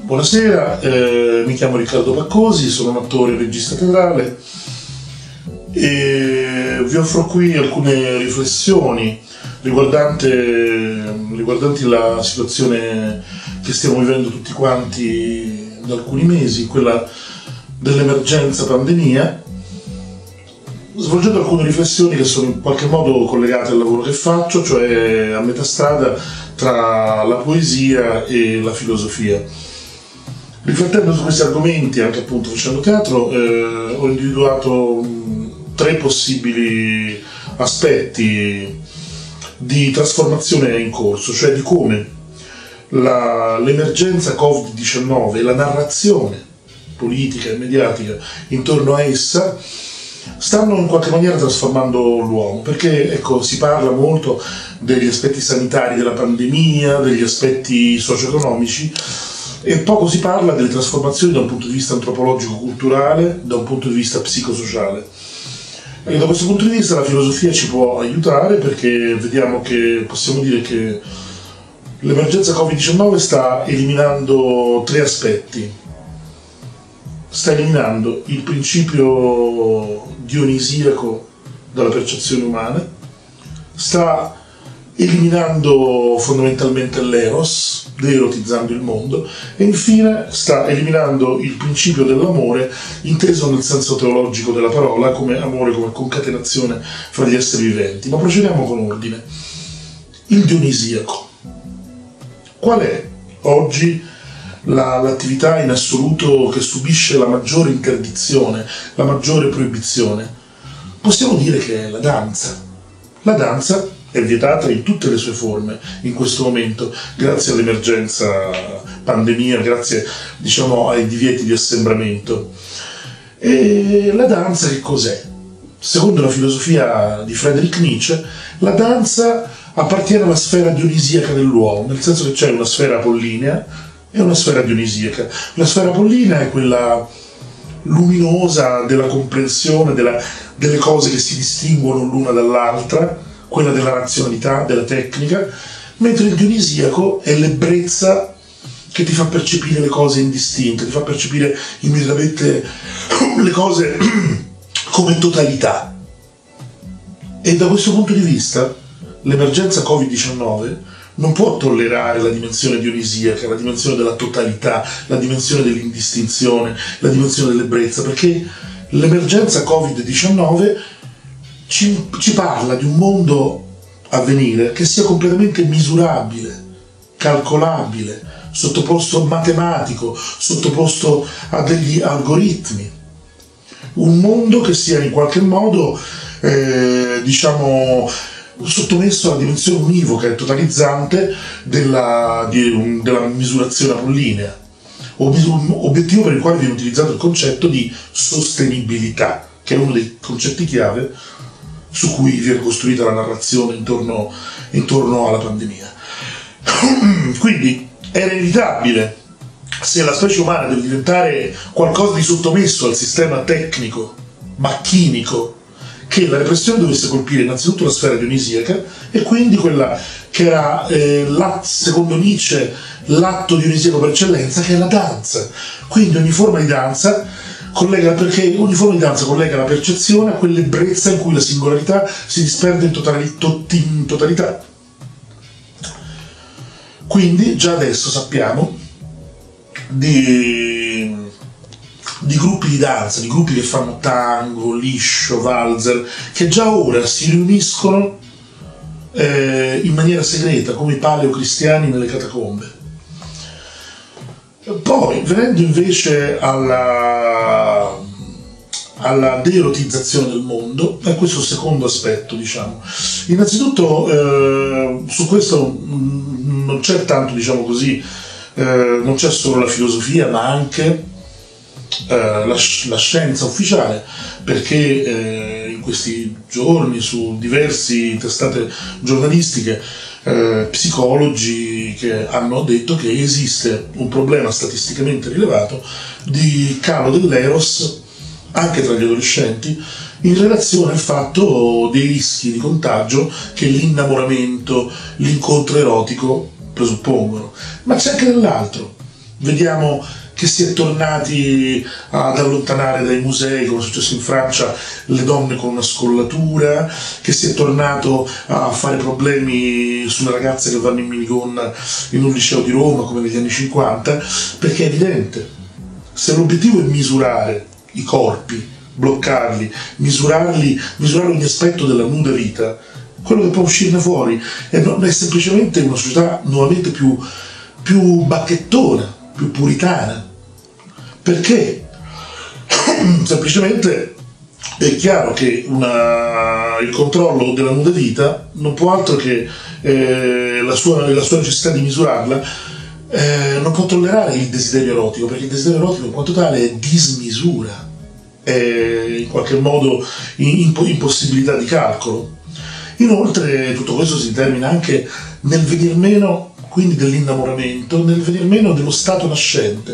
Buonasera, mi chiamo Riccardo Paccosi, sono un attore e regista teatrale e vi offro qui alcune riflessioni riguardanti la situazione che stiamo vivendo tutti quanti da alcuni mesi, quella dell'emergenza pandemia, svolgendo alcune riflessioni che sono in qualche modo collegate al lavoro che faccio, cioè a metà strada tra la poesia e la filosofia. Riflettendo su questi argomenti, anche appunto facendo teatro, ho individuato 3 possibili aspetti di trasformazione in corso, cioè di come l'emergenza Covid-19 e la narrazione politica e mediatica intorno a essa stanno in qualche maniera trasformando l'uomo, perché ecco, si parla molto degli aspetti sanitari della pandemia, degli aspetti socio-economici, e poco si parla delle trasformazioni da un punto di vista antropologico-culturale, da un punto di vista psicosociale. E da questo punto di vista la filosofia ci può aiutare, perché vediamo che possiamo dire che l'emergenza Covid-19 sta eliminando 3 aspetti. Sta eliminando il principio dionisiaco dalla percezione umana, sta eliminando fondamentalmente l'eros, deerotizzando il mondo, e infine sta eliminando il principio dell'amore, inteso nel senso teologico della parola, come amore, come concatenazione fra gli esseri viventi. Ma procediamo con ordine. Il dionisiaco. Qual è oggi l'attività in assoluto che subisce la maggiore interdizione, la maggiore proibizione? Possiamo dire che è la danza. La danza è vietata in tutte le sue forme in questo momento, grazie all'emergenza pandemia, grazie ai divieti di assembramento. E la danza che cos'è? Secondo la filosofia di Friedrich Nietzsche, la danza appartiene alla sfera dionisiaca dell'uomo, nel senso che c'è una sfera apollinea e una sfera dionisiaca. La sfera apollinea è quella luminosa della comprensione delle cose che si distinguono l'una dall'altra, quella della razionalità, della tecnica, mentre il dionisiaco è l'ebbrezza che ti fa percepire le cose indistinte, ti fa percepire immediatamente le cose come totalità. E da questo punto di vista l'emergenza Covid-19 non può tollerare la dimensione dionisiaca, la dimensione della totalità, la dimensione dell'indistinzione, la dimensione dell'ebbrezza, perché l'emergenza Covid-19 ci parla di un mondo a venire che sia completamente misurabile, calcolabile, sottoposto sottoposto a degli algoritmi. Un mondo che sia in qualche modo, sottomesso alla dimensione univoca e totalizzante della misurazione apollinea, obiettivo per il quale viene utilizzato il concetto di sostenibilità, che è uno dei concetti chiave su cui viene costruita la narrazione intorno alla pandemia. Quindi era inevitabile, se la specie umana deve diventare qualcosa di sottomesso al sistema tecnico, macchinico, che la repressione dovesse colpire innanzitutto la sfera dionisiaca, e quindi quella che era, secondo Nietzsche, l'atto dionisiaco per eccellenza, che è la danza. Quindi ogni forma di danza collega la percezione a quell'ebbrezza in cui la singolarità si disperde in totalità. Quindi già adesso sappiamo di gruppi di danza, di gruppi che fanno tango, liscio, valzer, che già ora si riuniscono in maniera segreta, come i paleocristiani nelle catacombe. Poi, venendo invece alla deerotizzazione del mondo, è questo il secondo aspetto, Innanzitutto, su questo non c'è tanto, non c'è solo la filosofia, ma anche la scienza ufficiale, perché in questi giorni su diverse testate giornalistiche psicologi che hanno detto che esiste un problema statisticamente rilevato di calo dell'eros anche tra gli adolescenti in relazione al fatto dei rischi di contagio che l'innamoramento, l'incontro erotico presuppongono. Ma c'è anche dell'altro. Vediamo che si è tornati ad allontanare dai musei, come è successo in Francia, le donne con una scollatura, che si è tornato a fare problemi sulle ragazze che vanno in minigonna in un liceo di Roma, come negli anni 50, perché è evidente, se l'obiettivo è misurare i corpi, bloccarli, misurare ogni aspetto della nuda vita, quello che può uscirne fuori è semplicemente una società nuovamente più bacchettona, più puritana. Perché? Semplicemente è chiaro che il controllo della nuda vita non può altro che la sua necessità di misurarla, non può tollerare il desiderio erotico, perché il desiderio erotico in quanto tale è dismisura, è in qualche modo impossibilità di calcolo. Inoltre tutto questo si determina anche nel venir meno quindi dell'innamoramento, nel venir meno dello stato nascente.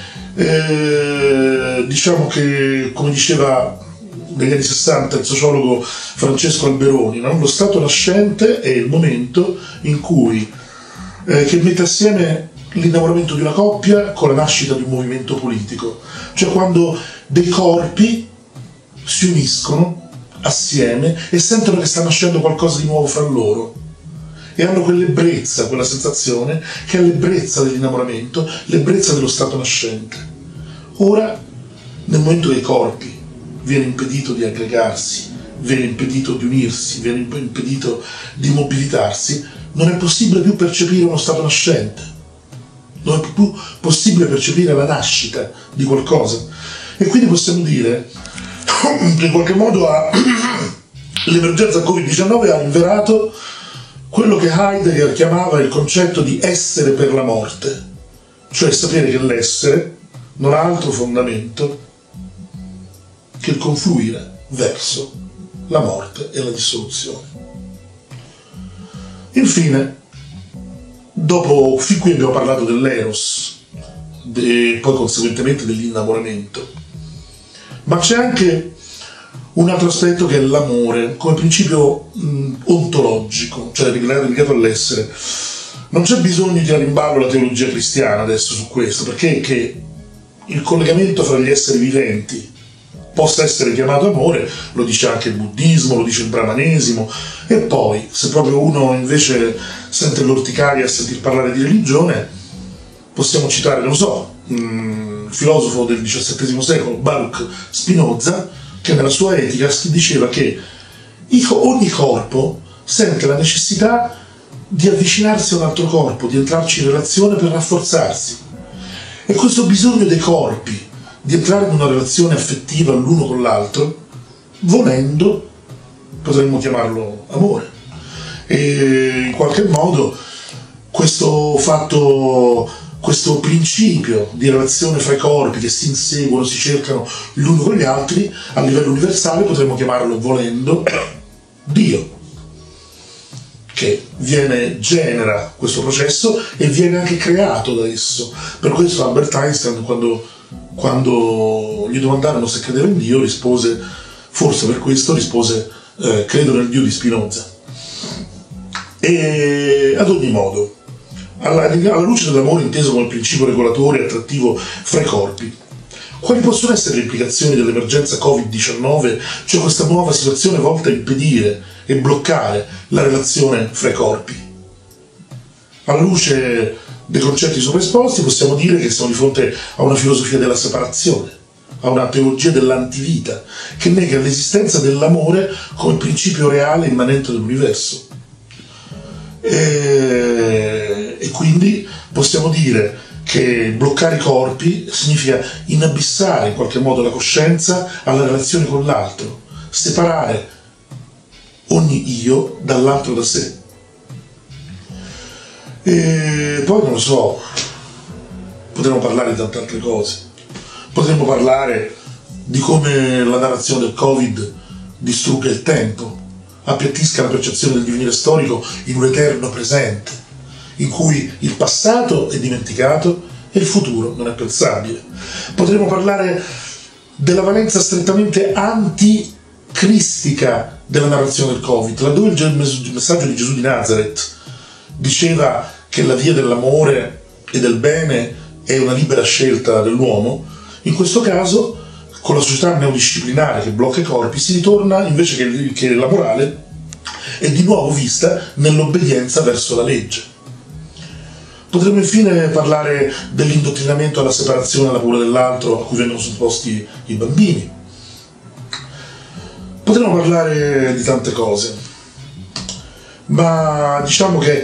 Diciamo che, come diceva negli anni 60 il sociologo Francesco Alberoni, no? Lo stato nascente è il momento in cui che mette assieme l'innamoramento di una coppia con la nascita di un movimento politico, cioè quando dei corpi si uniscono assieme e sentono che sta nascendo qualcosa di nuovo fra loro e hanno quell'ebbrezza, quella sensazione che è l'ebbrezza dell'innamoramento, l'ebbrezza dello stato nascente. Ora, nel momento che ai corpi viene impedito di aggregarsi, viene impedito di unirsi, viene impedito di mobilitarsi, non è possibile più percepire uno stato nascente, non è più possibile percepire la nascita di qualcosa. E quindi possiamo dire che in qualche modo l'emergenza Covid-19 ha inverato quello che Heidegger chiamava il concetto di essere per la morte, cioè sapere che l'essere non ha altro fondamento che il confluire verso la morte e la dissoluzione. Infine, dopo, fin qui abbiamo parlato dell'eros e poi conseguentemente dell'innamoramento, ma c'è anche un altro aspetto che è l'amore come principio ontologico, cioè legato all'essere. Non c'è bisogno di tirare in ballo la teologia cristiana adesso su questo, perché che il collegamento fra gli esseri viventi possa essere chiamato amore lo dice anche il buddismo, lo dice il brahmanesimo. E poi, se proprio uno invece sente l'orticaria a sentir parlare di religione, possiamo citare, non so, il filosofo del XVII secolo, Baruch Spinoza, che nella sua Etica diceva che ogni corpo sente la necessità di avvicinarsi a un altro corpo, di entrarci in relazione per rafforzarsi. E questo bisogno dei corpi di entrare in una relazione affettiva l'uno con l'altro, volendo, potremmo chiamarlo amore. E in qualche modo questo principio di relazione fra i corpi che si inseguono, si cercano l'uno con gli altri, a livello universale potremmo chiamarlo, volendo, Dio, che genera questo processo e viene anche creato da esso. Per questo Albert Einstein, quando gli domandarono se credeva in Dio, rispose, forse per questo rispose, credo nel Dio di Spinoza. E ad ogni modo, alla luce dell'amore inteso come principio regolatore e attrattivo fra i corpi, quali possono essere le implicazioni dell'emergenza Covid-19, cioè questa nuova situazione volta a impedire e bloccare la relazione fra i corpi? Alla luce dei concetti sopra esposti possiamo dire che siamo di fronte a una filosofia della separazione, a una teologia dell'antivita, che nega l'esistenza dell'amore come principio reale e immanente dell'universo. E quindi possiamo dire che bloccare i corpi significa inabissare in qualche modo la coscienza alla relazione con l'altro, separare ogni io dall'altro da sé. E poi non lo so, potremmo parlare di tante altre cose. Potremmo parlare di come la narrazione del Covid distrugga il tempo, appiattisca la percezione del divenire storico in un eterno presente, in cui il passato è dimenticato e il futuro non è pensabile. Potremmo parlare della valenza strettamente anticristica della narrazione del Covid, laddove il messaggio di Gesù di Nazareth diceva che la via dell'amore e del bene è una libera scelta dell'uomo, in questo caso, con la società neodisciplinare che blocca i corpi, si ritorna invece che la morale è di nuovo vista nell'obbedienza verso la legge. Potremmo infine parlare dell'indottrinamento alla separazione e alla paura dell'altro a cui vengono sottoposti i bambini. Potremmo parlare di tante cose, ma diciamo che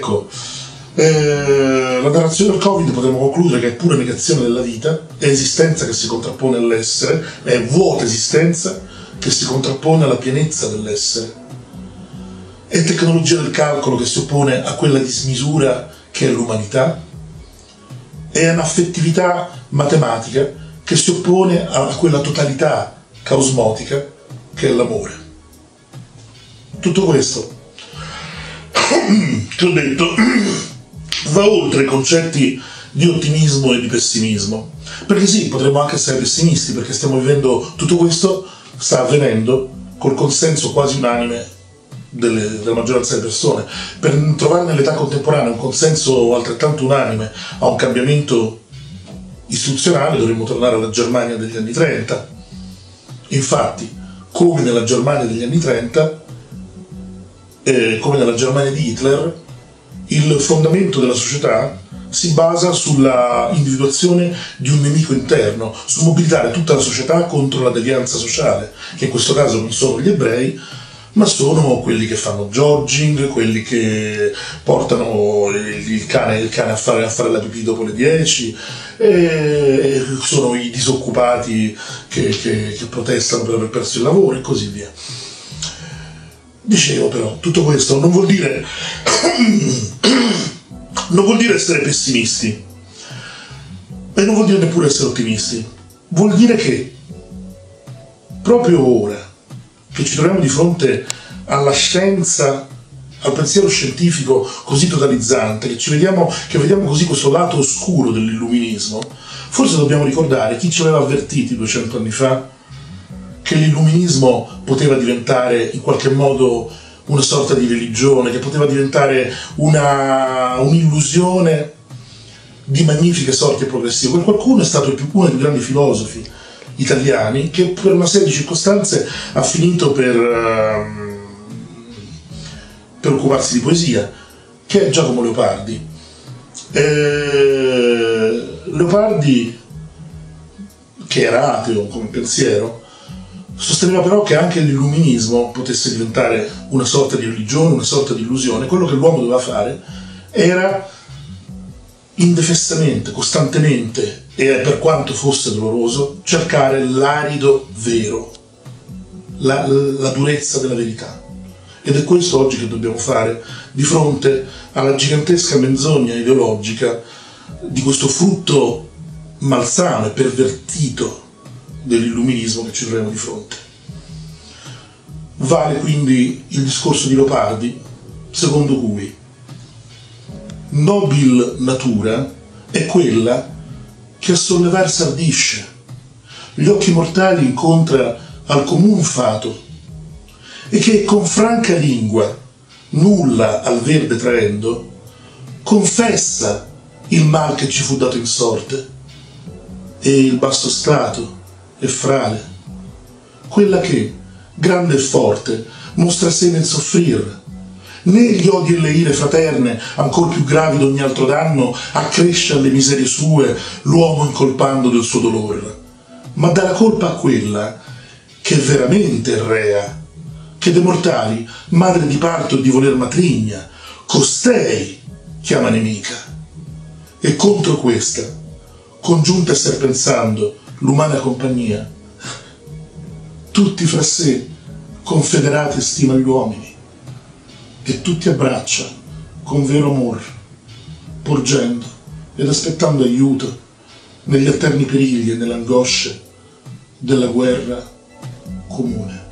la narrazione del Covid potremmo concludere che è pura negazione della vita, è esistenza che si contrappone all'essere, è vuota esistenza che si contrappone alla pienezza dell'essere, è tecnologia del calcolo che si oppone a quella dismisura che è l'umanità, è un'affettività matematica che si oppone a quella totalità caosmotica che è l'amore. Tutto questo che ho detto va oltre i concetti di ottimismo e di pessimismo, perché sì, potremmo anche essere pessimisti, perché stiamo vivendo, tutto questo sta avvenendo col consenso quasi unanime della maggioranza delle persone. Per trovare nell'età contemporanea un consenso altrettanto unanime a un cambiamento istituzionale dovremmo tornare alla Germania degli anni 30. Infatti, come nella Germania degli anni 30, come nella Germania di Hitler, il fondamento della società si basa sulla individuazione di un nemico interno, su mobilitare tutta la società contro la devianza sociale, che in questo caso non sono gli ebrei, ma sono quelli che fanno jogging, quelli che portano il cane a fare la pipì dopo le 10, e sono i disoccupati che protestano per aver perso il lavoro e così via. Dicevo però, tutto questo non vuol dire essere pessimisti e non vuol dire neppure essere ottimisti. Vuol dire che proprio ora che ci troviamo di fronte alla scienza, al pensiero scientifico così totalizzante, che vediamo così questo lato oscuro dell'illuminismo, forse dobbiamo ricordare chi ci aveva avvertiti 200 anni fa che l'illuminismo poteva diventare in qualche modo una sorta di religione, che poteva diventare un'illusione di magnifiche sorti progressive. Qualcuno è stato uno dei più grandi filosofi italiani che per una serie di circostanze ha finito per occuparsi di poesia, che è Giacomo Leopardi. Leopardi, che era ateo come pensiero, sosteneva però che anche l'illuminismo potesse diventare una sorta di religione, una sorta di illusione. Quello che l'uomo doveva fare era indefessamente, costantemente, e per quanto fosse doloroso, cercare l'arido vero, la durezza della verità. Ed è questo oggi che dobbiamo fare di fronte alla gigantesca menzogna ideologica di questo frutto malsano e pervertito dell'illuminismo che ci troviamo di fronte. Vale quindi il discorso di Leopardi, secondo cui nobil natura è quella che a sollevar s'ardisce, gli occhi mortali incontra al comun fato, e che con franca lingua, nulla al verde traendo, confessa il mal che ci fu dato in sorte, e il basso stato e frale, quella che, grande e forte, mostra sé nel soffrir, né gli odi e le ire fraterne, ancor più gravi d'ogni altro danno, accresce alle miserie sue l'uomo incolpando del suo dolore, ma dà la colpa a quella che veramente è rea, che de mortali, madre di parto e di voler matrigna, costei chiama nemica, e contro questa, congiunta esser pensando l'umana compagnia, tutti fra sé confederati stima gli uomini, e tutti abbraccia con vero amor, porgendo ed aspettando aiuto negli eterni perigli e nelle angosce della guerra comune.